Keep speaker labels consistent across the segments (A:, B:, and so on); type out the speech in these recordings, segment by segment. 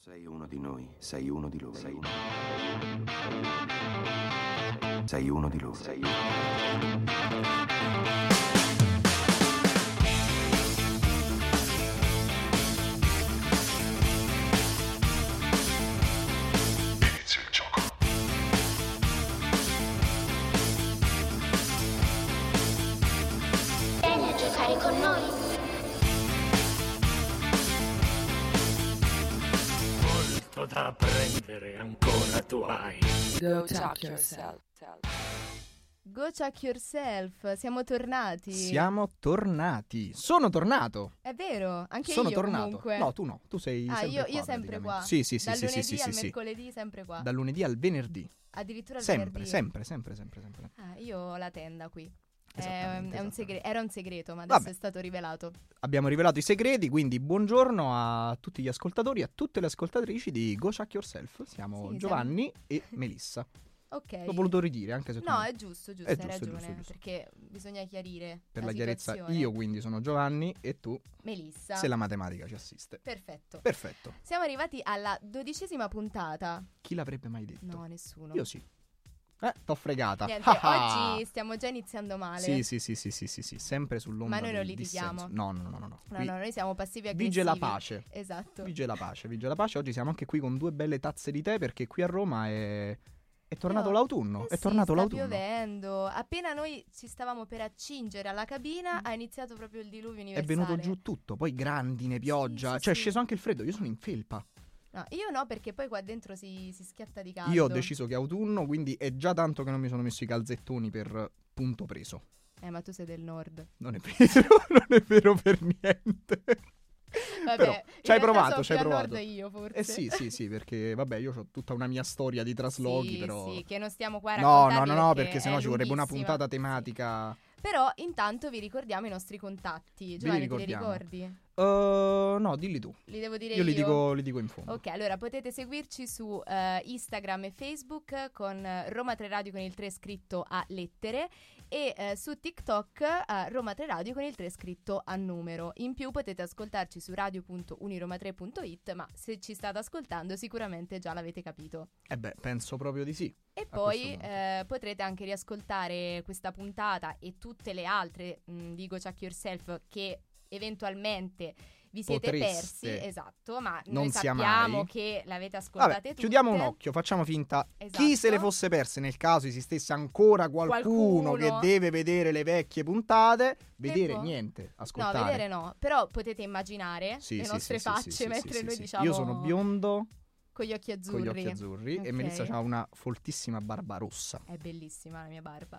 A: Sei uno di noi, sei uno di loro. Sei uno di loro. Sei
B: Inizia il gioco.
C: Vieni a giocare con noi.
D: Molto da apprendere ancora tu hai.
E: Go check yourself.
F: Go check yourself, siamo tornati.
G: Siamo tornati. Sono tornato.
F: È vero, anche
G: Sono
F: io
G: tornato.
F: comunque.
G: No, tu no, tu sei sempre
F: io
G: qua,
F: sempre qua.
G: praticamente. Sì,
F: Dal lunedì
G: sì,
F: al
G: sì.
F: mercoledì sempre qua.
G: Dal lunedì al venerdì.
F: Addirittura al
G: Sempre,
F: venerdì.
G: sempre.
F: Io ho la tenda qui.
G: Esattamente,
F: È un
G: esattamente.
F: era un segreto, ma adesso
G: Vabbè.
F: è stato rivelato.
G: Abbiamo rivelato i segreti, quindi buongiorno a tutti gli ascoltatori, a tutte le ascoltatrici di Go Check Yourself. Siamo
F: Sì,
G: Giovanni e Melissa.
F: Ok.
G: L'ho voluto ridire, anche se tu
F: No,
G: no.
F: è giusto,
G: È
F: hai
G: giusto,
F: ragione,
G: giusto.
F: perché bisogna chiarire
G: Per la chiarezza,
F: situazione.
G: io quindi sono Giovanni e tu,
F: Melissa.
G: se la matematica ci assiste.
F: Perfetto.
G: Perfetto.
F: Siamo arrivati alla 12ª puntata.
G: Chi l'avrebbe mai detto?
F: No, nessuno.
G: Io sì. T'ho fregata.
F: Niente, oggi stiamo già iniziando male.
G: Sì, sempre sull'onda
F: Ma noi non
G: del
F: litighiamo.
G: dissenso. No.
F: No,
G: Qui
F: noi siamo passivi aggressivi.
G: vige la pace.
F: Esatto.
G: Vige la pace. Oggi siamo anche qui con 2 belle tazze di tè perché qui a Roma è tornato l'autunno. È tornato l'autunno.
F: Sta piovendo. Appena noi ci stavamo per accingere alla cabina, ha iniziato proprio il diluvio
G: È
F: universale.
G: venuto giù tutto, poi grandine, pioggia,
F: Sì,
G: cioè è
F: sì.
G: sceso anche il freddo, io sono in felpa.
F: No, io no, perché poi qua dentro si schiatta di caldo.
G: Io ho deciso che è autunno, quindi è già tanto che non mi sono messo i calzettoni per punto preso.
F: Ma tu sei del nord.
G: Non è vero, non è vero per niente.
F: Vabbè,
G: Però,
F: in
G: ci hai
F: realtà
G: provato,
F: sono
G: ci hai
F: più a
G: provato.
F: nord io, forse.
G: Sì, perché vabbè, io ho tutta una mia storia di traslochi,
F: Sì,
G: però...
F: sì, che non stiamo qua a
G: No,
F: raccontarvi
G: perché sennò
F: è
G: ci vorrebbe una
F: lunghissima.
G: puntata tematica.
F: Però intanto vi ricordiamo i nostri contatti. Giovanni, te li
G: ricordiamo.
F: ricordi?
G: No, dilli tu.
F: Li devo dire
G: Io li dico in fondo.
F: Ok, allora potete seguirci su Instagram e Facebook con Roma 3 Radio con il 3 scritto a lettere e su TikTok Roma 3 Radio con il 3 scritto a numero. In più potete ascoltarci su radio.uniroma3.it, ma se ci state ascoltando sicuramente già l'avete capito.
G: Penso proprio di sì.
F: E
G: A
F: poi
G: questo punto.
F: potrete anche riascoltare questa puntata e tutte le altre di Go Check Yourself che eventualmente vi siete
G: Potreste.
F: persi, esatto, ma
G: Non
F: noi
G: sia
F: sappiamo
G: mai.
F: che l'avete ascoltate
G: Vabbè,
F: tutte.
G: chiudiamo un occhio, facciamo finta.
F: Esatto.
G: Chi se le fosse perse nel caso esistesse ancora qualcuno che deve vedere le vecchie puntate, vedere
F: può-
G: niente,
F: No,
G: ascoltare.
F: vedere no, però potete immaginare
G: Sì,
F: le
G: sì,
F: nostre
G: sì,
F: facce
G: sì,
F: mentre
G: sì,
F: noi
G: sì.
F: diciamo
G: Io sono biondo
F: con gli occhi azzurri.
G: con gli occhi azzurri e
F: Ok.
G: Melissa ha una foltissima barba rossa.
F: È bellissima la mia barba.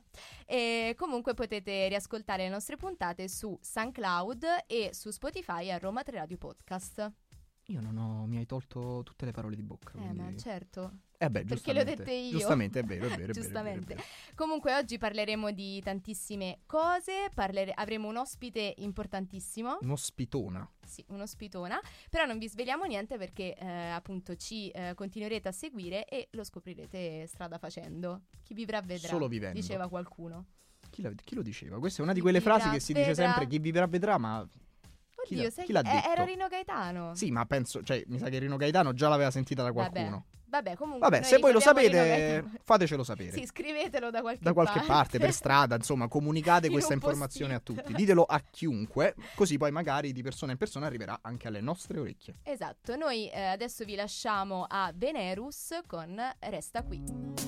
F: E comunque potete riascoltare le nostre puntate su SoundCloud e su Spotify a Roma 3 Radio Podcast.
G: Io non ho, mi hai tolto tutte le parole di bocca. Quindi...
F: Ma certo.
G: beh,
F: Perché le ho
G: giustamente.
F: dette io.
G: Giustamente, è vero.
F: Giustamente. Comunque oggi parleremo di tantissime cose, avremo un ospite importantissimo.
G: Un'ospitona.
F: Sì, un'ospitona, però non vi sveliamo niente perché appunto ci continuerete a seguire e lo scoprirete strada facendo. Chi vivrà vedrà,
G: Solo vivendo.
F: diceva qualcuno.
G: Chi lo diceva? Questa è una di
F: Chi
G: quelle
F: vivrà,
G: frasi che si dice
F: vedrà.
G: sempre: chi vivrà vedrà, ma
F: Oddio, sai
G: chi l'ha detto?
F: era Rino Gaetano.
G: Sì, ma penso, mi sa che Rino Gaetano già l'aveva sentita da qualcuno.
F: Vabbè, comunque
G: Vabbè,
F: noi
G: se voi lo
F: ricordiamo Rino
G: sapete,
F: Gaetano.
G: fatecelo sapere.
F: Sì, scrivetelo da qualche
G: parte, per strada, insomma, comunicate
F: In
G: questa
F: un
G: informazione a
F: post-it.
G: tutti. Ditelo a chiunque, così poi magari di persona in persona arriverà anche alle nostre orecchie.
F: Esatto, noi adesso vi lasciamo a Venerus con Resta qui.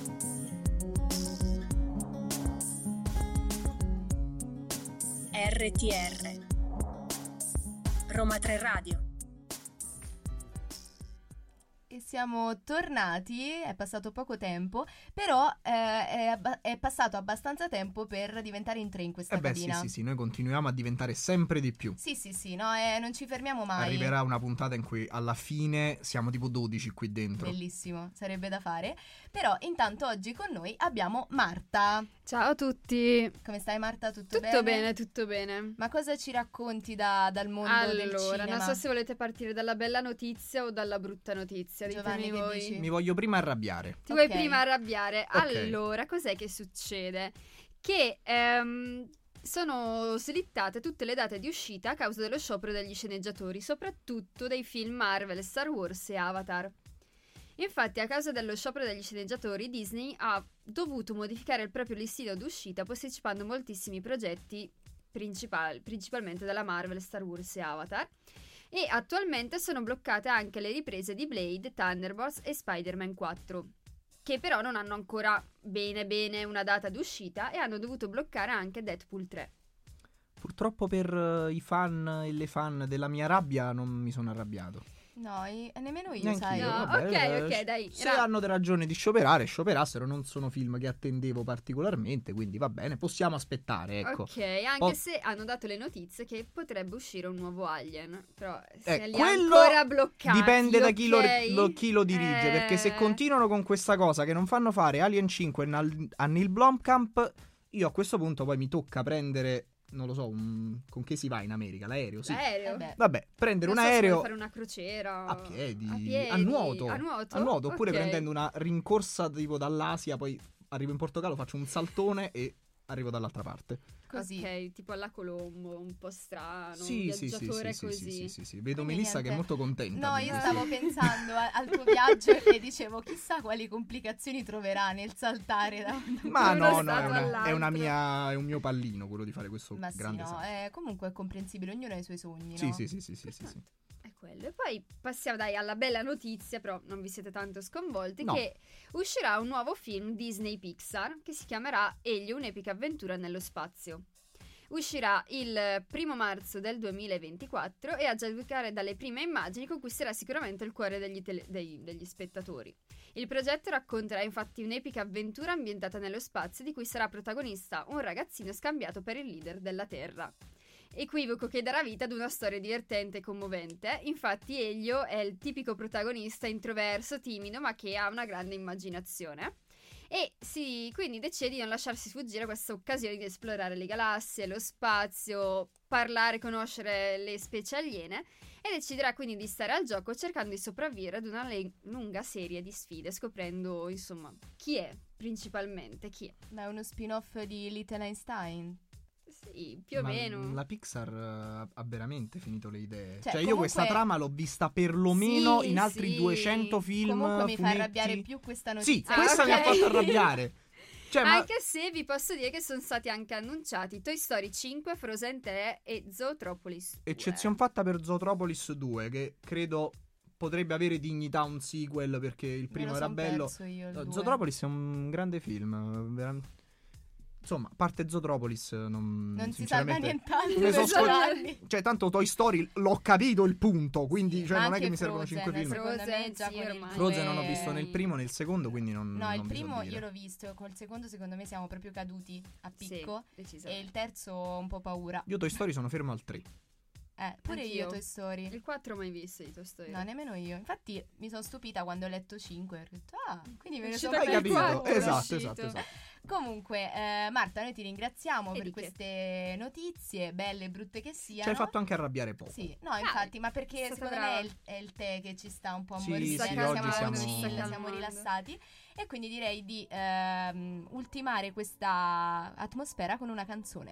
E: RTR Roma 3 Radio.
F: E siamo tornati, è passato poco tempo, però è passato abbastanza tempo per diventare in 3 in questa cabina.
G: Sì, noi continuiamo a diventare sempre di più.
F: Sì, no, non ci fermiamo mai.
G: Arriverà una puntata in cui alla fine siamo tipo 12 qui dentro.
F: Bellissimo, sarebbe da fare. Però intanto oggi con noi abbiamo Marta.
H: Ciao a tutti.
F: Come stai Marta? Tutto
H: bene? Tutto bene.
F: Ma cosa ci racconti dal mondo del cinema?
H: Allora, non so se volete partire dalla bella notizia o dalla brutta notizia.
F: Giovanni,
H: Ditemi
F: che
H: voi.
F: dici?
G: Mi voglio prima arrabbiare.
H: Ti vuoi
F: Ok.
H: prima arrabbiare?
G: Ok.
H: Allora, cos'è che succede? Che sono slittate tutte le date di uscita a causa dello sciopero degli sceneggiatori, soprattutto dei film Marvel, Star Wars e Avatar. Infatti, a causa dello sciopero degli sceneggiatori, Disney ha dovuto modificare il proprio listino d'uscita, posticipando moltissimi progetti, principalmente della Marvel, Star Wars e Avatar. E attualmente sono bloccate anche le riprese di Blade, Thunderbolts e Spider-Man 4, che però non hanno ancora bene una data d'uscita e hanno dovuto bloccare anche Deadpool 3.
G: Purtroppo per i fan e le fan della mia rabbia non mi sono arrabbiato.
F: No, nemmeno io,
G: Neanch'io,
F: sai.
H: No,
G: vabbè,
H: ok, dai.
G: Se hanno delle ragioni di scioperassero, non sono film che attendevo particolarmente, quindi va bene, possiamo aspettare, ecco.
H: Ok, anche se hanno dato le notizie che potrebbe uscire un nuovo Alien, però se li ha
G: quello
H: ancora bloccati,
G: dipende da chi,
H: ok?
G: chi lo dirige, perché se continuano con questa cosa che non fanno fare Alien 5 a Neil Blomkamp, io a questo punto poi mi tocca prendere, non lo so, con che si va in America? L'aereo, sì.
H: L'aereo?
G: Vabbè, prendere
H: Non
G: un
H: so se
G: aereo
H: vuoi fare una crociera
G: a piedi,
H: piedi,
G: a nuoto,
H: a nuoto?
G: oppure
H: Ok.
G: prendendo una rincorsa tipo dall'Asia, poi arrivo in Portogallo, faccio un saltone e arrivo dall'altra parte.
F: Così.
H: Ok, tipo alla Colombo, un po' strano,
G: Sì,
H: un
G: sì,
H: viaggiatore
G: sì,
H: così.
G: sì. Vedo
F: Quindi
G: Melissa che è
F: niente.
G: molto contenta.
F: No,
G: di
F: io
G: questo.
F: stavo pensando al tuo viaggio e dicevo chissà quali complicazioni troverà nel saltare da
G: Ma
H: uno
G: no,
H: stato all'altro.
G: è un mio pallino quello di fare questo
F: Ma sì,
G: grande
F: no,
G: salto.
F: comunque è comprensibile, ognuno ha i suoi sogni,
G: Sì,
F: no?
G: sì.
H: È quello. E poi passiamo alla bella notizia, però non vi siete tanto sconvolti,
G: No.
H: che uscirà un nuovo film Disney Pixar che si chiamerà Elio, un'epica avventura nello spazio. Uscirà il 1° marzo del 2024 e a giudicare dalle prime immagini conquisterà sicuramente il cuore degli spettatori. Il progetto racconterà infatti un'epica avventura ambientata nello spazio di cui sarà protagonista un ragazzino scambiato per il leader della Terra. Equivoco che darà vita ad una storia divertente e commovente. Infatti Elio è il tipico protagonista introverso, timido, ma che ha una grande immaginazione. E quindi decide di non lasciarsi sfuggire questa occasione di esplorare le galassie, lo spazio, parlare, conoscere le specie aliene, e deciderà quindi di stare al gioco cercando di sopravvivere ad una lunga serie di sfide, scoprendo insomma chi è principalmente, chi è.
F: Ma è uno spin-off di Little Einstein.
H: Sì, più o
G: Ma
H: meno.
G: la Pixar ha veramente finito le idee.
F: Cioè,
G: Cioè io
F: comunque-
G: questa trama l'ho vista perlomeno
H: Sì,
G: in altri
H: sì.
G: 200 film.
F: Comunque mi fa
G: fumetti.
F: arrabbiare più questa
G: Sì,
F: notizia.
G: questa mi ha
H: ok.
G: fatto arrabbiare. Cioè, ma
H: Anche se vi posso dire che sono stati anche annunciati Toy Story 5, Frozen 3 e Zootropolis 2.
G: eccezione fatta per Zootropolis 2, che credo potrebbe avere dignità un sequel, perché il primo era bello. Zootropolis è un grande film. Insomma, a parte Zootropolis
F: Non si salva
G: sinceramente,
F: nient'altro.
G: ne sono
F: per salvarli.
G: Cioè, tanto Toy Story l'ho capito il punto, quindi
F: Sì,
G: cioè,
F: ma
G: non è
F: anche
G: che mi servono
F: Frozen,
G: 5 film.
F: secondo me
H: Frozen,
F: già
H: sì,
F: con il
H: ormai.
G: Frozen non ho
F: due-
G: visto nel primo, nel secondo, quindi non
F: No, il
G: non vi so
F: primo
G: dire.
F: io l'ho visto, col secondo secondo me siamo proprio caduti a picco.
H: Sì,
F: E
H: decisamente.
F: il terzo ho un po' paura.
G: Io Toy Story sono fermo al 3.
F: Pure
H: Anch'io.
F: io Toy Story.
H: Il 4 mai visto di Toy Story.
F: No, nemmeno io. Infatti mi sono stupita quando ho letto 5. Ho detto, quindi me ne
H: Uscito
F: sono
G: Hai
H: per
F: persa
G: capito?
H: quattro, è
G: Esatto,
H: uscito.
G: esatto.
F: Comunque, Marta, noi ti ringraziamo
H: E
F: per
H: di che?
F: queste notizie, belle e brutte che siano.
G: Ci hai fatto anche arrabbiare poco.
F: Sì, no, infatti, ma perché
H: sei stata
F: secondo me
H: brava.
F: è il tè che ci sta un po'
G: Sì,
F: ammorbidendo,
G: sì, oggi
F: siamo
G: siamo-
F: chill, siamo
H: calmando.
F: rilassati, e quindi direi di ultimare questa atmosfera con una canzone.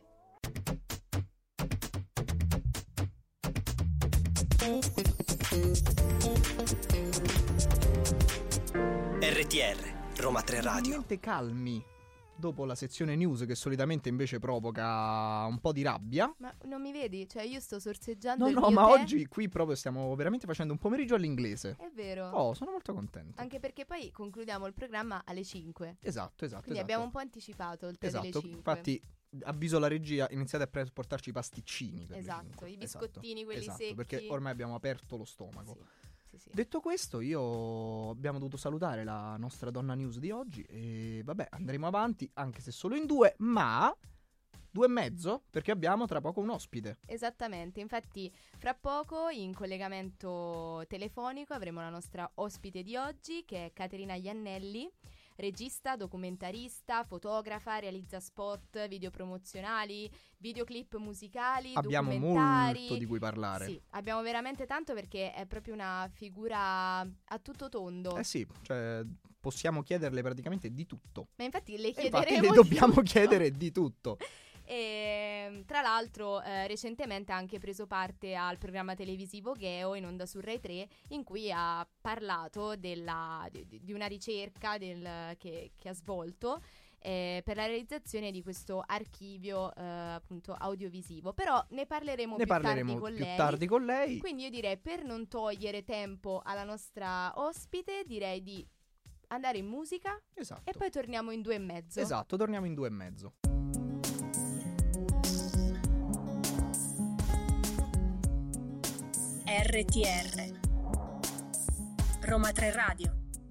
I: RTR, Roma 3 Radio.
G: Finalmente calmi dopo la sezione news, che solitamente invece provoca un po' di rabbia.
F: Ma non mi vedi? Cioè io sto sorseggiando
G: No,
F: il
G: no,
F: mio
G: ma
F: tè.
G: oggi qui proprio stiamo veramente facendo un pomeriggio all'inglese.
F: È vero.
G: Oh, sono molto contento.
F: Anche perché poi concludiamo il programma alle 5.
G: Esatto.
F: Quindi abbiamo un po' anticipato il tè delle
G: Esatto,
F: 5.
G: infatti avviso la regia, iniziate a portarci i pasticcini per le
F: Esatto,
G: 5.
F: i biscottini, quelli
G: esatto,
F: secchi.
G: perché ormai abbiamo aperto lo stomaco.
F: Sì.
G: Detto questo, abbiamo dovuto salutare la nostra donna news di oggi e vabbè, andremo avanti, anche se solo in 2, ma 2 e mezzo, perché abbiamo tra poco un ospite.
F: Esattamente, infatti fra poco in collegamento telefonico avremo la nostra ospite di oggi, che è Caterina Iannelli, regista, documentarista, fotografa, realizza spot, video promozionali, videoclip musicali,
G: Abbiamo
F: documentari.
G: molto di cui parlare.
F: Sì, abbiamo veramente tanto, perché è proprio una figura a tutto tondo.
G: Eh sì, cioè possiamo chiederle praticamente di tutto.
F: Ma infatti le
G: E
F: chiederemo
G: infatti le
F: di
G: dobbiamo
F: tutto.
G: chiedere di tutto.
F: E tra l'altro recentemente ha anche preso parte al programma televisivo Geo in onda su Rai 3, in cui ha parlato di una ricerca che ha svolto per la realizzazione di questo archivio appunto audiovisivo. Però ne parleremo più tardi con lei. Quindi io direi, per non togliere tempo alla nostra ospite, direi di andare in musica.
G: Esatto.
F: E poi torniamo in 2 e mezzo.
G: Esatto, torniamo in 2 e mezzo.
E: RTR Roma 3 Radio.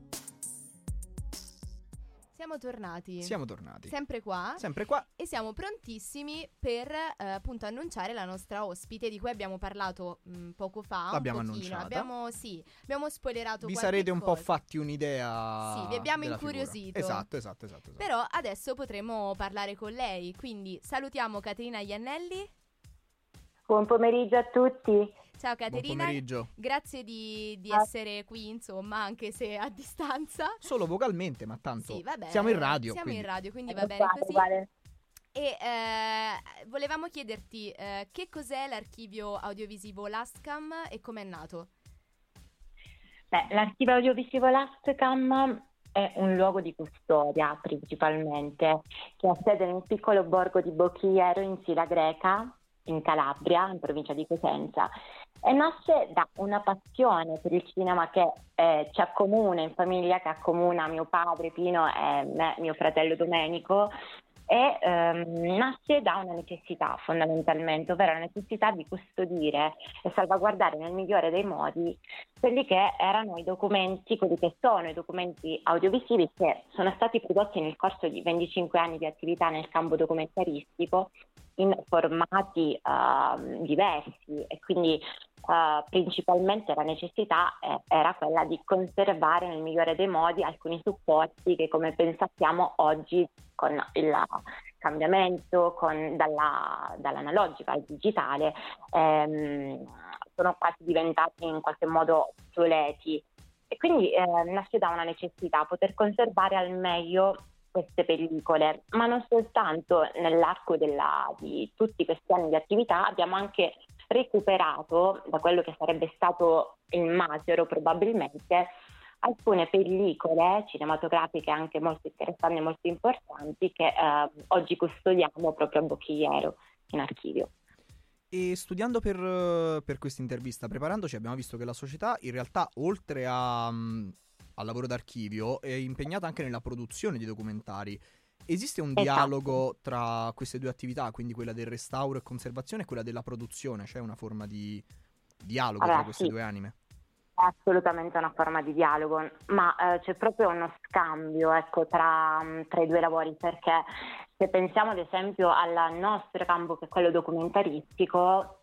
F: Siamo tornati. Sempre qua. E siamo prontissimi per appunto annunciare la nostra ospite, di cui abbiamo parlato poco fa.
G: L'abbiamo annunciata.
F: Abbiamo spoilerato.
G: Vi sarete un po' fatti un'idea.
F: Sì, vi abbiamo incuriosito.
G: Esatto.
F: Però adesso potremo parlare con lei. Quindi salutiamo Caterina Iannelli.
J: Buon pomeriggio a tutti.
F: Ciao Caterina,
G: buon pomeriggio.
F: Grazie di essere qui, insomma, anche se a distanza.
G: Solo vocalmente, ma tanto
F: sì, vabbè,
G: siamo in radio.
F: Quindi va bene così.
J: Vale.
F: E volevamo chiederti che cos'è l'archivio audiovisivo Lastcam e com'è nato?
J: L'archivio audiovisivo Lastcam è un luogo di custodia principalmente, che ha sede nel piccolo borgo di Bocchiero in Sila Greca, in Calabria, in provincia di Cosenza, e nasce da una passione per il cinema che ci accomuna in famiglia, che accomuna mio padre Pino e me, mio fratello Domenico, e nasce da una necessità fondamentalmente, ovvero la necessità di custodire e salvaguardare nel migliore dei modi quelli che erano quelli che sono i documenti audiovisivi che sono stati prodotti nel corso di 25 anni di attività nel campo documentaristico in formati diversi, e quindi principalmente la necessità era quella di conservare nel migliore dei modi alcuni supporti che, come ben sappiamo oggi, con il cambiamento dall'analogico al digitale sono quasi diventati in qualche modo obsoleti, e quindi nasce da una necessità poter conservare al meglio queste pellicole, ma non soltanto. Nell'arco di tutti questi anni di attività abbiamo anche recuperato, da quello che sarebbe stato il masero probabilmente, alcune pellicole cinematografiche anche molto interessanti e molto importanti che oggi custodiamo proprio a Bocchiero in archivio.
G: E studiando per questa intervista, preparandoci, abbiamo visto che la società in realtà, oltre al lavoro d'archivio, è impegnata anche nella produzione di documentari. Esiste un dialogo tra queste due attività, quindi quella del restauro e conservazione e quella della produzione? C'è una forma di dialogo tra queste due anime?
J: È assolutamente una forma di dialogo, ma c'è proprio uno scambio, tra i due lavori, perché se pensiamo ad esempio al nostro campo, che è quello documentaristico,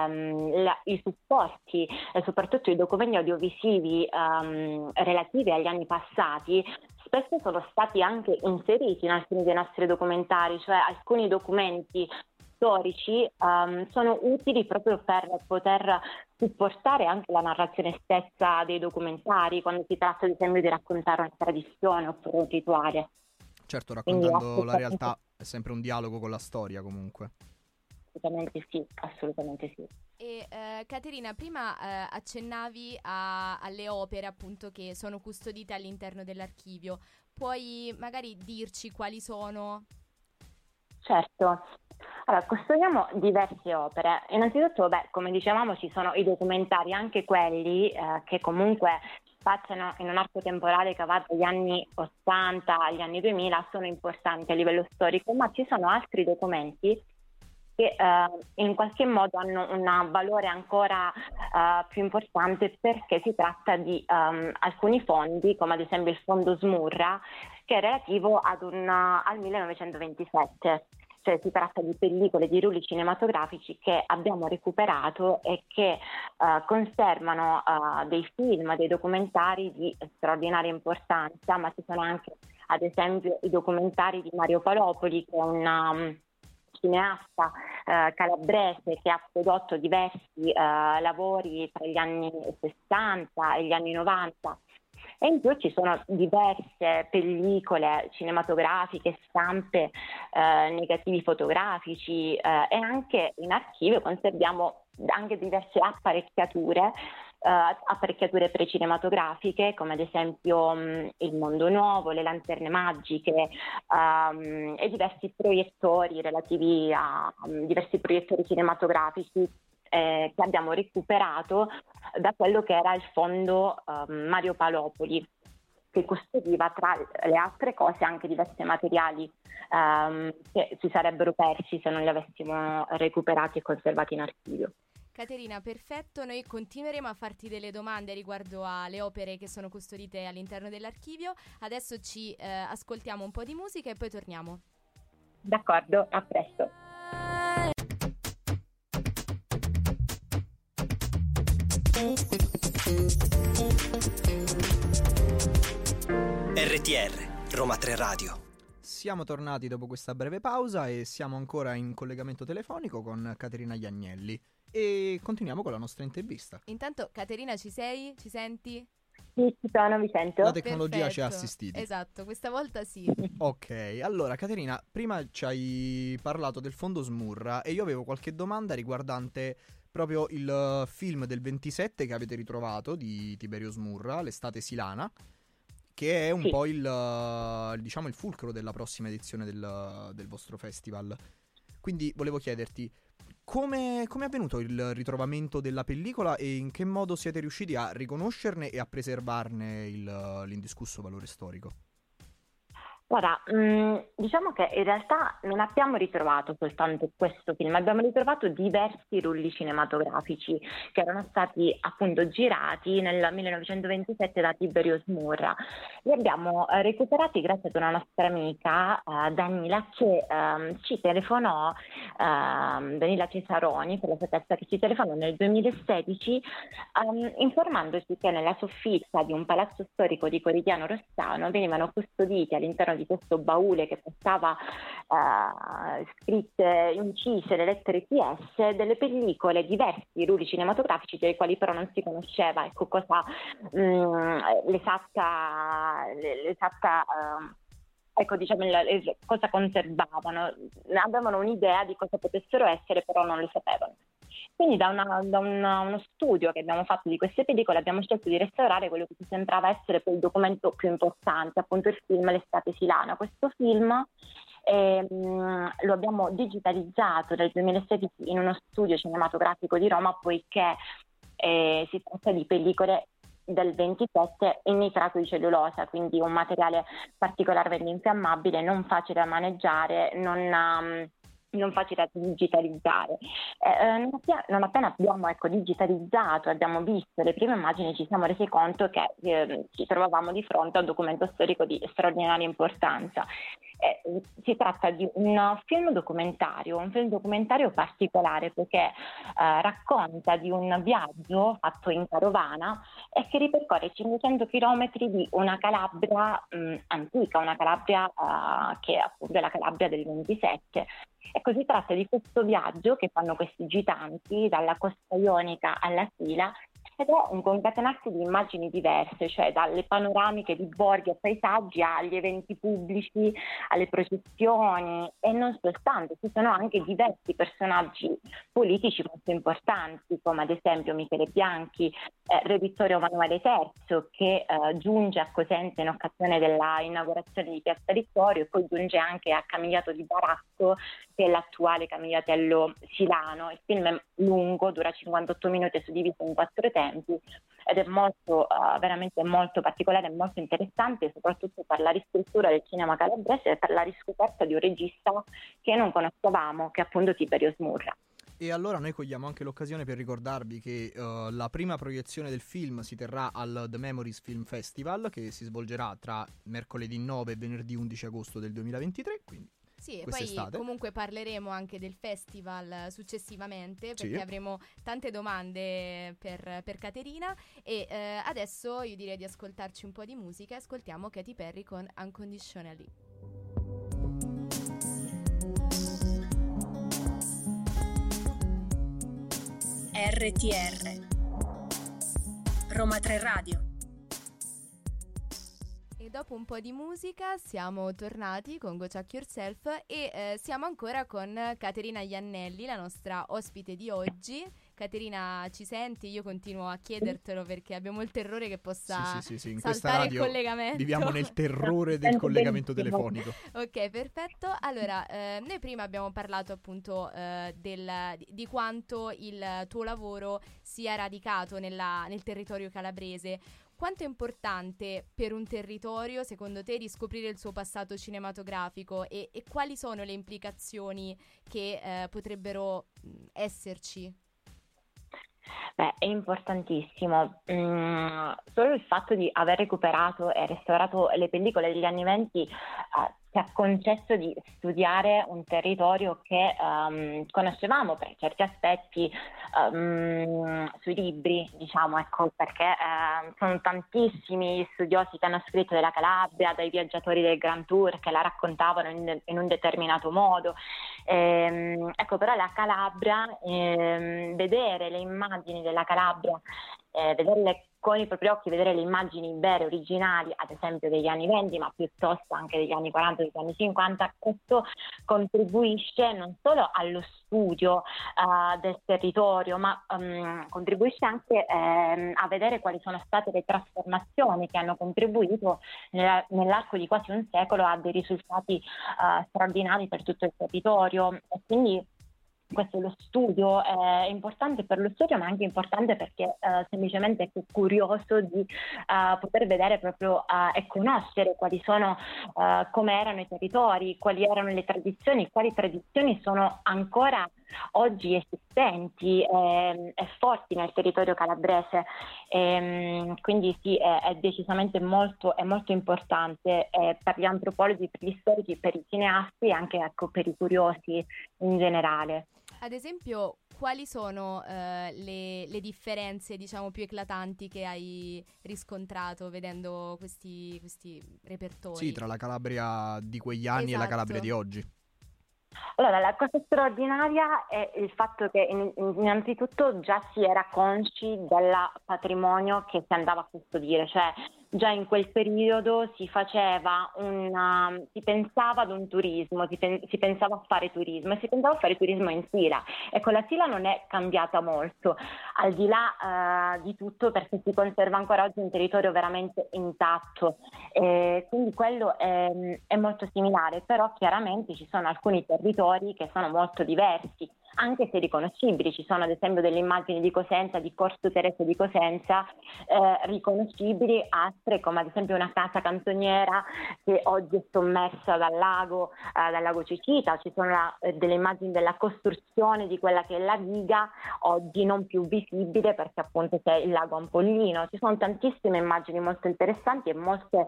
J: i supporti e soprattutto i documenti audiovisivi relativi agli anni passati spesso sono stati anche inseriti in alcuni dei nostri documentari, cioè alcuni documenti storici sono utili proprio per poter supportare anche la narrazione stessa dei documentari, quando si tratta ad esempio di raccontare una tradizione oppure un rituale.
G: Certo, raccontando la realtà è sempre un dialogo con la storia comunque.
J: Assolutamente sì.
F: E Caterina, prima accennavi alle opere appunto che sono custodite all'interno dell'archivio. Puoi magari dirci quali sono?
J: Certo. Allora, custodiamo diverse opere. Innanzitutto, come dicevamo, ci sono i documentari, anche quelli che comunque spazziano in un arco temporale che va dagli anni 80 agli anni 2000, sono importanti a livello storico, ma ci sono altri documenti che in qualche modo hanno un valore ancora più importante, perché si tratta di alcuni fondi, come ad esempio il fondo Smurra, che è relativo al 1927. Cioè si tratta di pellicole, di rulli cinematografici che abbiamo recuperato e che conservano dei film, dei documentari di straordinaria importanza, ma ci sono anche ad esempio i documentari di Mario Palopoli, che è un cineasta calabrese che ha prodotto diversi lavori tra gli anni 60 e gli anni 90 E in più ci sono diverse pellicole cinematografiche, stampe, negativi fotografici, e anche in archivio conserviamo anche diverse apparecchiature precinematografiche, come ad esempio Il Mondo Nuovo, Le Lanterne Magiche, e diversi proiettori relativi a diversi proiettori cinematografici che abbiamo recuperato da quello che era il fondo Mario Palopoli, che custodiva tra le altre cose anche diversi materiali che si sarebbero persi se non li avessimo recuperati e conservati in archivio.
F: Caterina, perfetto, noi continueremo a farti delle domande riguardo alle opere che sono custodite all'interno dell'archivio. Adesso ci ascoltiamo un po' di musica e poi torniamo.
J: D'accordo, a presto.
I: RTR, Roma 3 Radio.
G: Siamo tornati dopo questa breve pausa e siamo ancora in collegamento telefonico con Caterina Iagnelli e continuiamo con la nostra intervista.
F: Intanto, Caterina, ci sei? Ci senti?
J: Sì, ci sono, vi sento.
G: La tecnologia
F: Perfetto.
G: ci ha assistiti.
F: Esatto, questa volta sì.
G: Ok, allora Caterina, prima ci hai parlato del fondo Smurra e io avevo qualche domanda riguardante proprio il film del 27 che avete ritrovato di Tiberio Smurra, L'estate silana, che è un po' diciamo il fulcro della prossima edizione del vostro festival. Quindi volevo chiederti come è avvenuto il ritrovamento della pellicola e in che modo siete riusciti a riconoscerne e a preservarne l'indiscusso valore storico?
J: Guarda, diciamo che in realtà non abbiamo ritrovato soltanto questo film, abbiamo ritrovato diversi rulli cinematografici che erano stati appunto girati nel 1927 da Tiberio Smurra. Li abbiamo recuperati grazie ad una nostra amica, Danila, che ci telefonò, Danila Cesaroni, per la saggezza, che ci telefonò nel 2016 informandoci che nella soffitta di un palazzo storico di Corigliano Rossano venivano custoditi all'interno di questo baule che portava scritte, incise le lettere TS, delle pellicole, diversi rulli cinematografici dei quali però non si conosceva, ecco, cosa l'esatta ecco, diciamo, cosa conservavano. Avevano un'idea di cosa potessero essere, però non lo sapevano. Quindi da uno studio che abbiamo fatto di queste pellicole abbiamo scelto di restaurare quello che ci sembrava essere poi il documento più importante, appunto il film L'estate silana. Questo film lo abbiamo digitalizzato nel 2016 in uno studio cinematografico di Roma, poiché si tratta di pellicole del 27 in nitrato di cellulosa, quindi un materiale particolarmente infiammabile, non facile da maneggiare, non facile da digitalizzare. Non appena abbiamo digitalizzato, abbiamo visto le prime immagini, ci siamo resi conto che ci trovavamo di fronte a un documento storico di straordinaria importanza. Si tratta di un film documentario particolare, perché racconta di un viaggio fatto in carovana e che ripercorre 500 chilometri di una Calabria antica, una Calabria che appunto è la Calabria del 27. Ecco, si tratta di questo viaggio che fanno questi gitanti dalla costa ionica alla Sila, ed è un concatenarsi di immagini diverse, cioè dalle panoramiche di borghi e paesaggi agli eventi pubblici, alle processioni, e non soltanto, ci sono anche diversi personaggi politici molto importanti, come ad esempio Michele Bianchi, Re Vittorio Emanuele III, che giunge a Cosenza in occasione della inaugurazione di Piazza Vittorio, e poi giunge anche a Camigliato di Baracco, che è l'attuale Camigliatello silano. Il film è lungo, dura 58 minuti, è suddiviso in 4 tempi ed è molto, veramente molto particolare e molto interessante, soprattutto per la riscrittura del cinema calabrese e per la riscoperta di un regista che non conoscevamo, che è appunto Tiberio Smurra.
G: E allora noi cogliamo anche l'occasione per ricordarvi che la prima proiezione del film si terrà al The Memories Film Festival, che si svolgerà tra mercoledì 9 e venerdì 11 agosto del 2023, quindi
F: sì, e poi comunque parleremo anche del festival successivamente, perché avremo tante domande per Caterina. E adesso io direi di ascoltarci un po' di musica. Ascoltiamo Katy Perry con Unconditionally.
E: RTR Roma 3 Radio.
F: dopo un po' di musica siamo tornati con Go Check Yourself e siamo ancora con Caterina Iannelli, la nostra ospite di oggi. Caterina, ci senti? Io continuo a chiedertelo perché abbiamo il terrore che possa
G: sì. In
F: saltare il collegamento.
G: Viviamo nel terrore del collegamento telefonico.
F: Ok, perfetto. Allora, noi prima abbiamo parlato appunto di quanto il tuo lavoro sia radicato nel territorio calabrese. Quanto è importante per un territorio, secondo te, riscoprire il suo passato cinematografico e quali sono le implicazioni che potrebbero esserci?
J: Beh, è importantissimo. Solo il fatto di aver recuperato e restaurato le pellicole degli anni *20* ci ha concesso di studiare un territorio che conoscevamo per certi aspetti sui libri, diciamo, ecco, perché sono tantissimi studiosi che hanno scritto della Calabria, dai viaggiatori del Grand Tour che la raccontavano in un determinato modo. Ecco, però la Calabria, vedere le immagini della Calabria, vederle con i propri occhi, vedere le immagini vere, originali, ad esempio degli anni 20, ma piuttosto anche degli anni 40, degli anni 50, questo contribuisce non solo allo studio del territorio, ma contribuisce anche a vedere quali sono state le trasformazioni che hanno contribuito nell'arco di quasi un secolo a dei risultati straordinari per tutto il territorio. E quindi questo lo studio è importante per lo studio, ma anche importante perché semplicemente è curioso di poter vedere proprio e conoscere quali sono, come erano i territori, quali erano le tradizioni, quali tradizioni sono ancora oggi esistenti e forti nel territorio calabrese. Quindi sì, è decisamente molto importante per gli antropologi, per gli storici, per i cineasti e anche, ecco, per i curiosi in generale.
F: Ad esempio, quali sono le differenze, diciamo, più eclatanti che hai riscontrato vedendo questi repertori?
G: Sì, tra la Calabria di quegli anni e la Calabria di oggi.
J: Allora, la cosa straordinaria è il fatto che innanzitutto già si era consci del patrimonio che si andava a custodire, cioè già in quel periodo si pensava ad un turismo, si pensava a fare turismo e si pensava a fare turismo in Sila. Ecco, la Sila non è cambiata molto, al di là di tutto, perché si conserva ancora oggi un territorio veramente intatto, quindi quello è molto similare, però chiaramente ci sono alcuni territori che sono molto diversi, anche se riconoscibili. Ci sono ad esempio delle immagini di Cosenza, di Corso Terese di Cosenza, riconoscibili, altre come ad esempio una casa cantoniera che oggi è sommersa dal lago Cecita. Ci sono delle immagini della costruzione di quella che è la diga, oggi non più visibile perché appunto c'è il lago Ampollino. Ci sono tantissime immagini molto interessanti e molte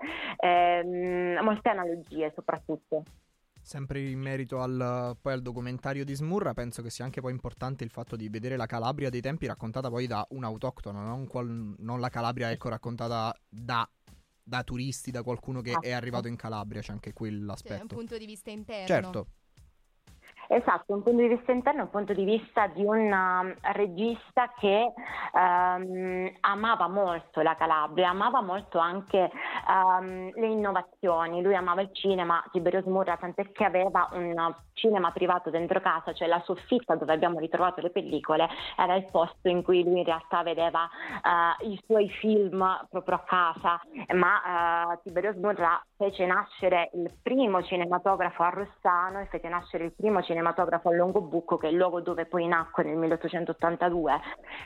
J: analogie soprattutto.
G: Sempre in merito al documentario di Smurra, penso che sia anche poi importante il fatto di vedere la Calabria dei tempi raccontata poi da un autoctono, non la Calabria, ecco, raccontata da turisti, da qualcuno che è arrivato in Calabria. C'è anche quell'aspetto.
F: Cioè, un punto di vista interno.
G: Certo.
J: Esatto, un punto di vista interno, un punto di vista di un regista che amava molto la Calabria, amava molto anche le innovazioni. Lui amava il cinema, Tiberio Smurra, tant'è che aveva un cinema privato dentro casa, cioè la soffitta dove abbiamo ritrovato le pellicole era il posto in cui lui in realtà vedeva i suoi film proprio a casa, ma Tiberio Smurra fece nascere il primo cinematografo a Rossano e fece nascere il primo cinematografo a Longobucco, che è il luogo dove poi nacque nel 1882.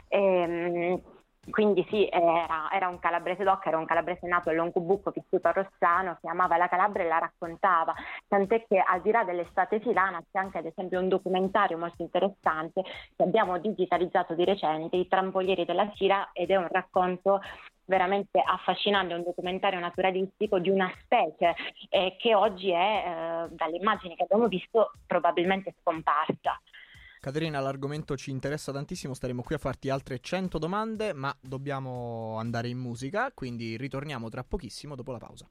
J: Quindi sì, era un calabrese doc, era un calabrese nato a Longobucco, vissuto a Rossano, che amava la Calabria e la raccontava, tant'è che al di là dell'estate silana c'è anche ad esempio un documentario molto interessante che abbiamo digitalizzato di recente, I Trampolieri della Sila, ed è un racconto veramente affascinante, un documentario naturalistico di una specie che oggi è, dalle immagini che abbiamo visto, probabilmente scomparsa.
G: Caterina, l'argomento ci interessa tantissimo, staremo qui a farti altre 100 domande, ma dobbiamo andare in musica, quindi ritorniamo tra pochissimo dopo la pausa.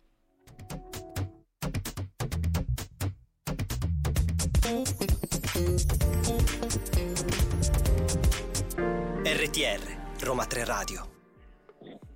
I: RTR, Roma 3 Radio.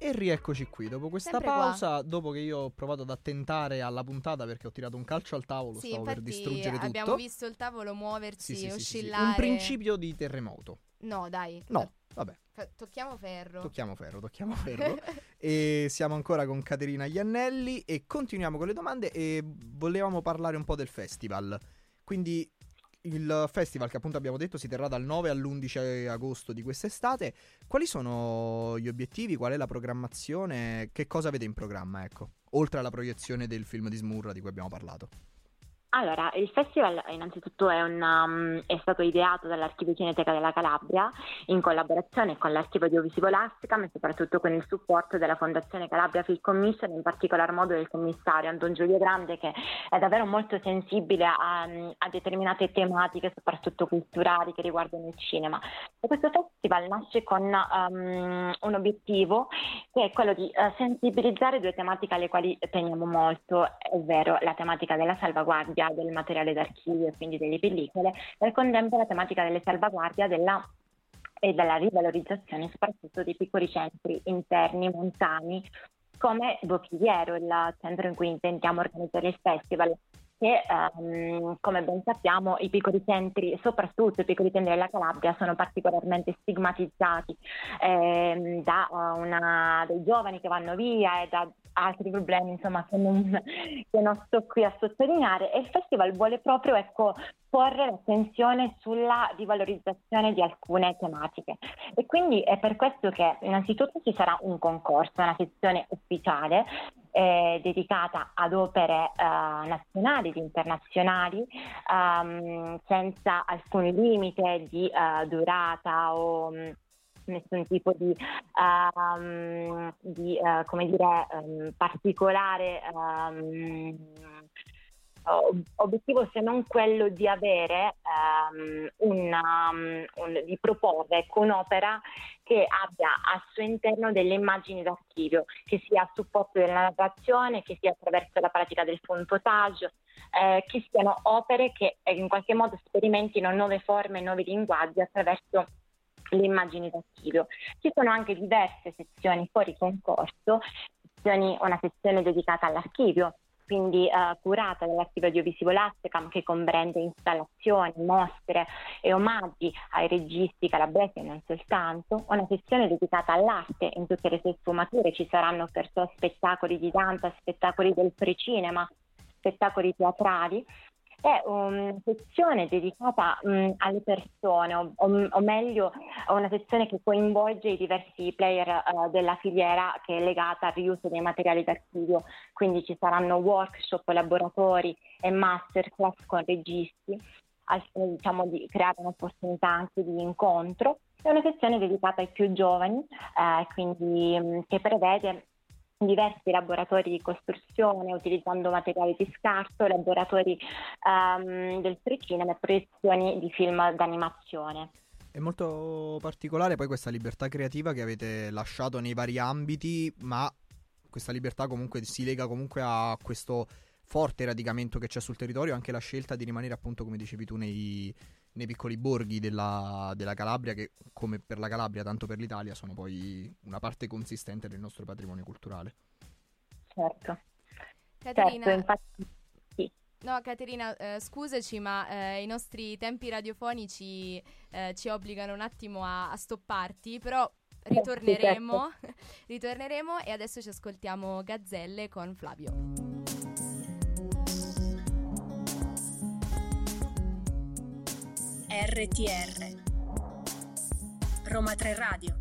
G: E rieccoci qui, dopo questa
F: Sempre
G: pausa,
F: qua.
G: dopo che io ho provato ad attentare alla puntata perché ho tirato un calcio al tavolo,
F: Sì,
G: stavo per
F: infatti
G: distruggere tutto.
F: abbiamo visto il tavolo muoversi,
G: Sì.
F: oscillare.
G: Un principio di terremoto.
F: No, dai.
G: No, vabbè.
F: Tocchiamo ferro.
G: Tocchiamo ferro. E siamo ancora con Caterina Iannelli e continuiamo con le domande e volevamo parlare un po' del festival. Quindi il festival che appunto abbiamo detto si terrà dal 9 all'11 agosto di quest'estate. Quali sono gli obiettivi? Qual è la programmazione? Che cosa avete in programma, ecco? Oltre alla proiezione del film di Smurra di cui abbiamo parlato.
J: Allora, il festival innanzitutto è stato ideato dall'Archivio Cineteca della Calabria in collaborazione con l'Archivio Audiovisivo Lascam e soprattutto con il supporto della Fondazione Calabria Film Commission, in particolar modo del commissario Anton Giulio Grande, che è davvero molto sensibile a determinate tematiche, soprattutto culturali, che riguardano il cinema. E questo festival nasce con un obiettivo che è quello di sensibilizzare due tematiche alle quali teniamo molto, ovvero la tematica della salvaguardia del materiale d'archivio e quindi delle pellicole, e al contempo la tematica delle salvaguardia e della rivalorizzazione soprattutto dei piccoli centri interni montani come Bocchigliero, il centro in cui intentiamo organizzare il festival, che come ben sappiamo i piccoli centri, soprattutto i piccoli centri della Calabria, sono particolarmente stigmatizzati dai giovani che vanno via e da altri problemi, insomma, che non sto qui a sottolineare, e il festival vuole proprio porre l'attenzione sulla rivalorizzazione di alcune tematiche, e quindi è per questo che innanzitutto ci sarà un concorso, una sezione ufficiale dedicata ad opere nazionali ed internazionali, senza alcun limite di durata o nessun tipo di particolare obiettivo, se non quello di avere di proporre un'opera che abbia al suo interno delle immagini d'archivio, che sia a supporto della narrazione, che sia attraverso la pratica del footage, che siano opere che in qualche modo sperimentino nuove forme, nuovi linguaggi attraverso le immagini d'archivio. Ci sono anche diverse sezioni fuori concorso, una sezione dedicata all'archivio, quindi curata dall'Archivio Audiovisivo Lascam, che comprende installazioni, mostre e omaggi ai registi calabresi e non soltanto, una sezione dedicata all'arte in tutte le sue sfumature. Ci saranno perciò spettacoli di danza, spettacoli del precinema, spettacoli teatrali, è una sezione dedicata alle persone, o meglio una sezione che coinvolge i diversi player della filiera, che è legata al riuso dei materiali d'archivio, quindi ci saranno workshop, laboratori e masterclass con registi, al fine di creare un'opportunità anche di incontro. È una sezione dedicata ai più giovani, quindi che prevede diversi laboratori di costruzione utilizzando materiali di scarto, laboratori del precinema e proiezioni di film d'animazione.
G: È molto particolare poi questa libertà creativa che avete lasciato nei vari ambiti, ma questa libertà comunque si lega comunque a questo forte radicamento che c'è sul territorio, anche la scelta di rimanere appunto, come dicevi tu, nei piccoli borghi della Calabria, che come per la Calabria tanto per l'Italia sono poi una parte consistente del nostro patrimonio culturale.
J: Certo.
F: Caterina,
J: certo, infatti sì.
F: No, Caterina, scusaci, ma i nostri tempi radiofonici ci obbligano un attimo a stopparti, però ritorneremo, ritorneremo, e adesso ci ascoltiamo Gazzelle con Flavio.
E: RTR Roma 3 Radio.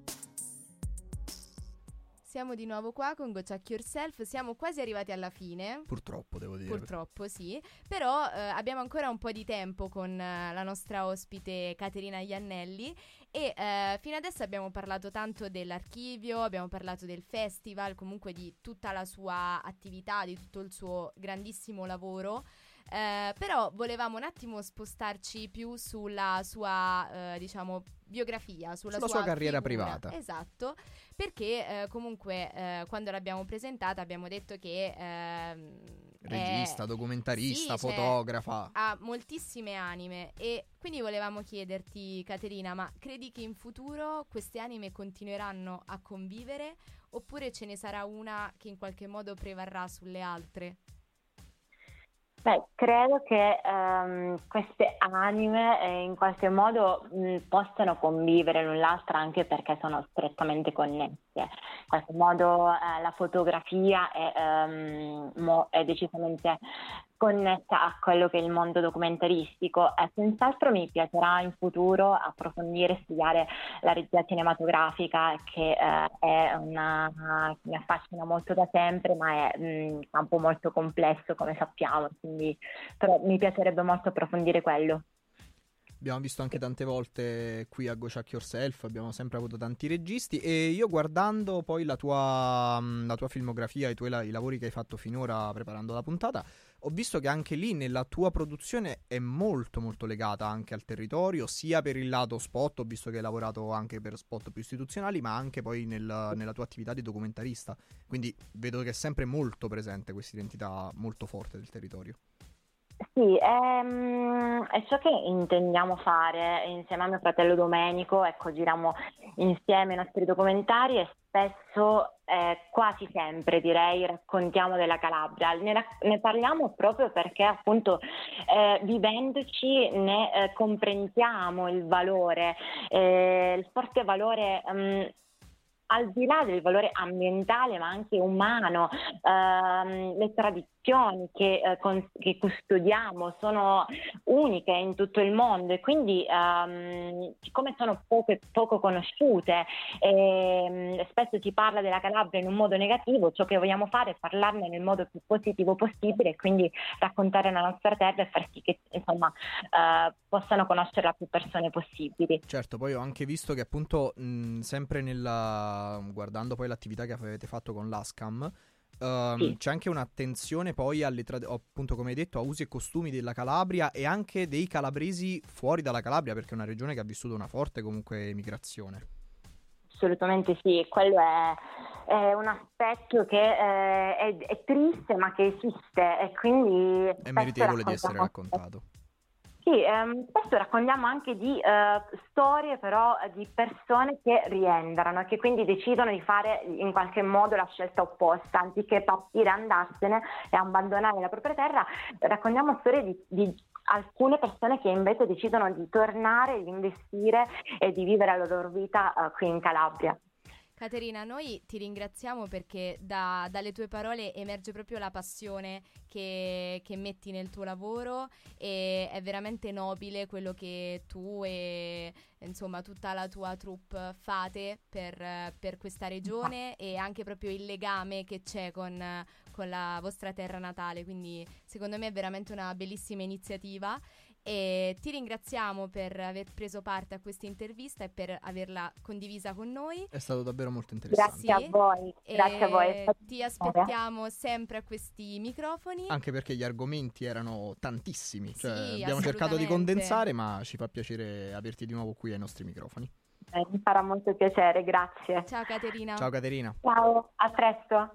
F: Siamo di nuovo qua con Go Check Yourself, siamo quasi arrivati alla fine.
G: Purtroppo, devo dire.
F: Purtroppo, sì. Però abbiamo ancora un po' di tempo con la nostra ospite Caterina Iannelli e fino adesso abbiamo parlato tanto dell'archivio, abbiamo parlato del festival, comunque di tutta la sua attività, di tutto il suo grandissimo lavoro. Però volevamo un attimo spostarci più sulla sua biografia, sulla sua
G: carriera
F: figura.
G: privata.
F: Esatto, perché comunque quando l'abbiamo presentata abbiamo detto che
G: regista, documentarista,
F: sì,
G: fotografa,
F: ha moltissime anime, e quindi volevamo chiederti, Caterina, ma credi che in futuro queste anime continueranno a convivere oppure ce ne sarà una che in qualche modo prevarrà sulle altre?
J: Beh, credo che queste anime in qualche modo possano convivere l'un l'altra, anche perché sono strettamente connesse. In qualche modo la fotografia è decisamente connessa a quello che è il mondo documentaristico. Senz'altro mi piacerà in futuro approfondire e studiare la regia cinematografica, che è che mi affascina molto da sempre, ma è un campo molto complesso, come sappiamo, quindi però mi piacerebbe molto approfondire quello.
G: Abbiamo visto anche tante volte qui a Go Chuck Yourself, abbiamo sempre avuto tanti registi, e io guardando poi la tua filmografia, i lavori che hai fatto finora preparando la puntata, ho visto che anche lì nella tua produzione è molto molto legata anche al territorio, sia per il lato spot, ho visto che hai lavorato anche per spot più istituzionali, ma anche poi nella tua attività di documentarista, quindi vedo che è sempre molto presente questa identità molto forte del territorio.
J: Sì, è ciò che intendiamo fare insieme a mio fratello Domenico. Ecco, giriamo insieme i nostri documentari e spesso, quasi sempre direi, raccontiamo della Calabria. Ne parliamo proprio perché appunto vivendoci ne comprendiamo il valore, il forte valore al di là del valore ambientale ma anche umano. Le tradizioni che custodiamo sono uniche in tutto il mondo, e quindi siccome sono poco conosciute, spesso si parla della Calabria in un modo negativo, ciò che vogliamo fare è parlarne nel modo più positivo possibile, e quindi raccontare la nostra terra e far sì che insomma possano conoscerla più persone possibili.
G: Certo, poi ho anche visto che appunto sempre guardando poi l'attività che avete fatto con l'ASCAM, sì, c'è anche un'attenzione poi appunto, come hai detto, a usi e costumi della Calabria e anche dei calabresi fuori dalla Calabria, perché è una regione che ha vissuto una forte comunque migrazione.
J: Assolutamente sì, quello è un aspetto che è triste ma che esiste, e quindi
G: è meritevole di essere raccontato.
J: Sì, spesso raccontiamo anche di storie però di persone che rientrano e che quindi decidono di fare in qualche modo la scelta opposta, anziché partire, andarsene e abbandonare la propria terra. Raccontiamo storie di alcune persone che invece decidono di tornare, di investire e di vivere la loro vita qui in Calabria.
F: Caterina, noi ti ringraziamo perché dalle tue parole emerge proprio la passione che metti nel tuo lavoro, e è veramente nobile quello che tu e insomma tutta la tua troupe fate per questa regione, e anche proprio il legame che c'è con la vostra terra natale, quindi secondo me è veramente una bellissima iniziativa. E ti ringraziamo per aver preso parte a questa intervista e per averla condivisa con noi.
G: È stato davvero molto interessante.
J: Grazie a voi. Grazie a voi.
F: Ti aspettiamo sempre a questi microfoni.
G: Anche perché gli argomenti erano tantissimi. Cioè,
F: sì,
G: abbiamo cercato di condensare, ma ci fa piacere averti di nuovo qui ai nostri microfoni.
J: Mi farà molto piacere, grazie.
F: Ciao Caterina.
G: Ciao Caterina.
J: Ciao, a presto.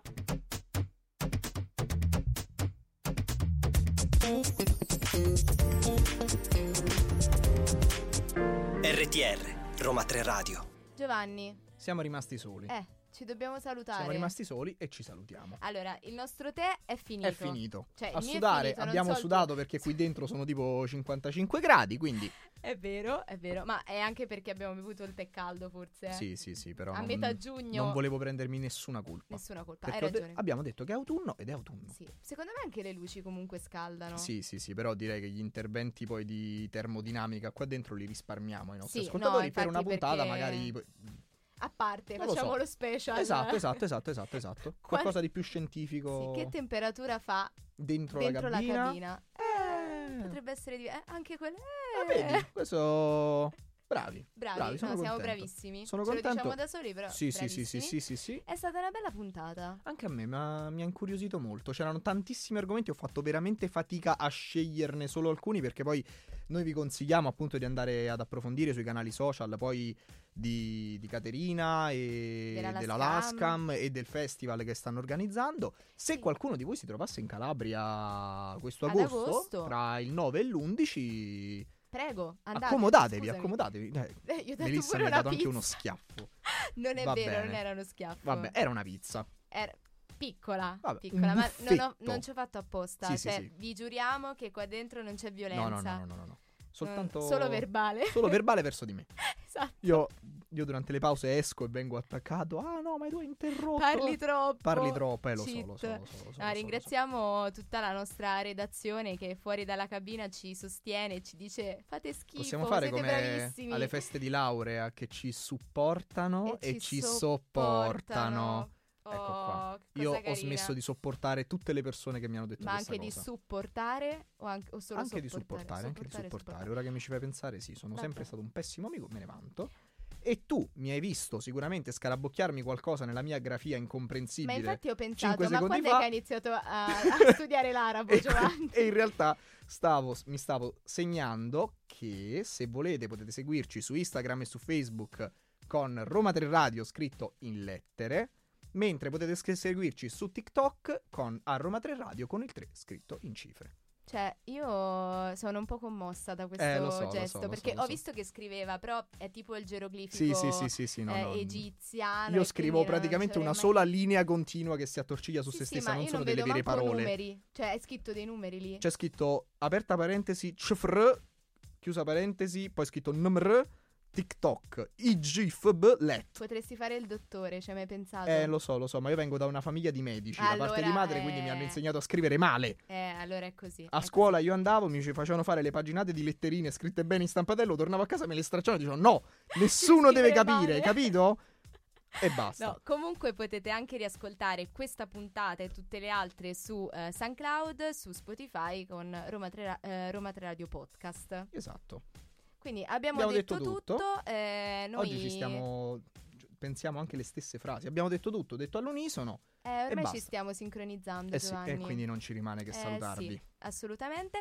I: RTR, Roma 3 Radio.
F: Giovanni.
G: Siamo rimasti soli.
F: Ci dobbiamo salutare.
G: Siamo rimasti soli e ci salutiamo.
F: Allora, il nostro tè è finito.
G: È finito.
F: Cioè,
G: a sudare
F: finito,
G: abbiamo sudato perché qui dentro sono tipo 55 gradi, quindi...
F: È vero, ma è anche perché abbiamo bevuto il tè caldo, forse.
G: Sì, però
F: a metà giugno
G: non volevo prendermi nessuna colpa.
F: Hai ragione.
G: Abbiamo detto che è autunno ed è autunno.
F: Sì, secondo me anche le luci comunque scaldano.
G: Sì, però direi che gli interventi poi di termodinamica qua dentro li risparmiamo ai nostri ascoltatori per una puntata magari...
F: A parte, facciamo lo special.
G: Esatto. Qualcosa di più scientifico.
F: Sì, che temperatura fa dentro la cabina? Potrebbe essere anche quella.
G: Vedi, questo... Bravi,
F: siamo bravissimi.
G: Sono
F: Ce
G: contento.
F: Lo diciamo da soli, però
G: sì.
F: È stata una bella puntata.
G: Anche a me, ma mi ha incuriosito molto. C'erano tantissimi argomenti, ho fatto veramente fatica a sceglierne solo alcuni, perché poi noi vi consigliamo appunto di andare ad approfondire sui canali social poi di Caterina e della LASCAM e del festival che stanno organizzando. Se qualcuno di voi si trovasse in Calabria questo agosto, tra il 9 e l'11...
F: Prego, andate.
G: Accomodatevi.
F: Io
G: Melissa mi ha dato anche uno schiaffo.
F: Non è
G: Va
F: vero,
G: bene.
F: non era uno schiaffo.
G: Vabbè, era una pizza.
F: Era piccola,
G: Vabbè,
F: piccola,
G: un
F: ma
G: buffetto.
F: non ci ho fatto apposta.
G: Sì, sì,
F: cioè,
G: sì.
F: vi giuriamo che qua dentro non c'è violenza.
G: No. Soltanto
F: Solo verbale.
G: Solo verbale verso di me.
F: Esatto.
G: Io durante le pause esco e vengo attaccato. Ah no, ma tu hai interrotto.
F: Parli troppo.
G: Lo
F: Cheat.
G: so.
F: Ringraziamo tutta la nostra redazione che fuori dalla cabina ci sostiene, ci dice fate schifo,
G: Possiamo fare
F: siete
G: come
F: bravissimi.
G: alle feste di laurea che ci supportano e ci sopportano. Ecco qua. Io ho smesso di sopportare tutte le persone che mi hanno detto
F: ma
G: questa
F: anche
G: cosa.
F: di supportare o solo
G: anche di supportare. Ora che mi ci fai pensare, sì, sono sempre stato un pessimo amico, me ne vanto. E tu mi hai visto sicuramente scarabocchiarmi qualcosa nella mia grafia incomprensibile.
F: Ma infatti ho pensato,
G: 5
F: ma quando
G: secondi
F: è
G: fa...
F: che hai iniziato a studiare l'arabo, Giovanni?
G: E in realtà mi stavo segnando che se volete potete seguirci su Instagram e su Facebook con Roma 3 Radio scritto in lettere, mentre potete seguirci su TikTok con a Roma 3 Radio con il 3 scritto in cifre.
F: Cioè, io sono un po' commossa da questo gesto, perché ho visto che scriveva, però è tipo il geroglifico
G: sì, no,
F: egiziano.
G: Io scrivo praticamente una sola linea continua che si attorciglia su se stessa, non sono delle vere parole.
F: Numeri. Cioè, hai scritto dei numeri lì?
G: C'è scritto aperta parentesi cfr, chiusa parentesi, poi scritto numr, TikTok, IGFB, let.
F: Potresti fare il dottore, ci hai mai pensato?
G: Lo so, ma io vengo da una famiglia di medici,
F: allora,
G: da parte di madre, quindi mi hanno insegnato a scrivere male.
F: Allora è così.
G: A scuola io andavo, mi facevano fare le paginate di letterine scritte bene in stampatello, tornavo a casa, me le stracciavano e dicevo no, nessuno deve capire,
F: male.
G: Capito? E basta.
F: No, comunque potete anche riascoltare questa puntata e tutte le altre su SoundCloud, su Spotify con Roma 3 Radio Podcast.
G: Esatto.
F: Quindi abbiamo detto tutto. Noi...
G: Oggi pensiamo anche le stesse frasi. Abbiamo detto tutto, detto all'unisono.
F: Ormai ci stiamo sincronizzando, Giovanni.
G: E quindi non ci rimane che salutarvi.
F: Sì, assolutamente.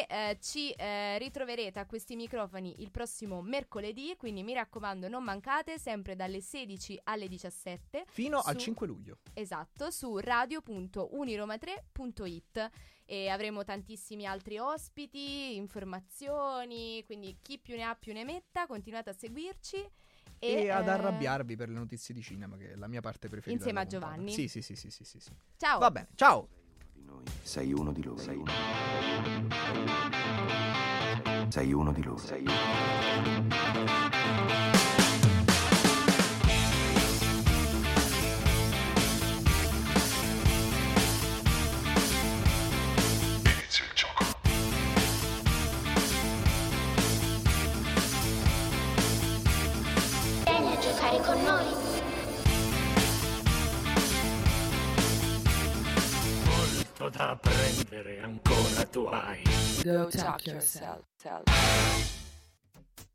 F: E ci ritroverete a questi microfoni il prossimo mercoledì. Quindi mi raccomando, non mancate, sempre dalle 16 alle 17.
G: Fino al 5 luglio.
F: Esatto, su radio.uniroma3.it. E avremo tantissimi altri ospiti, informazioni. Quindi chi più ne ha più ne metta. Continuate a seguirci.
G: E ad arrabbiarvi per le notizie di cinema, che è la mia parte preferita.
F: Insieme a Giovanni.
G: Sì.
F: Ciao.
G: Va bene, ciao.
A: Di noi, sei uno di loro. Sei uno di loro.
B: Inizia il gioco.
C: Vieni a giocare con noi.
D: Molto da apprendere ancora tu hai.
K: Go talk yourself.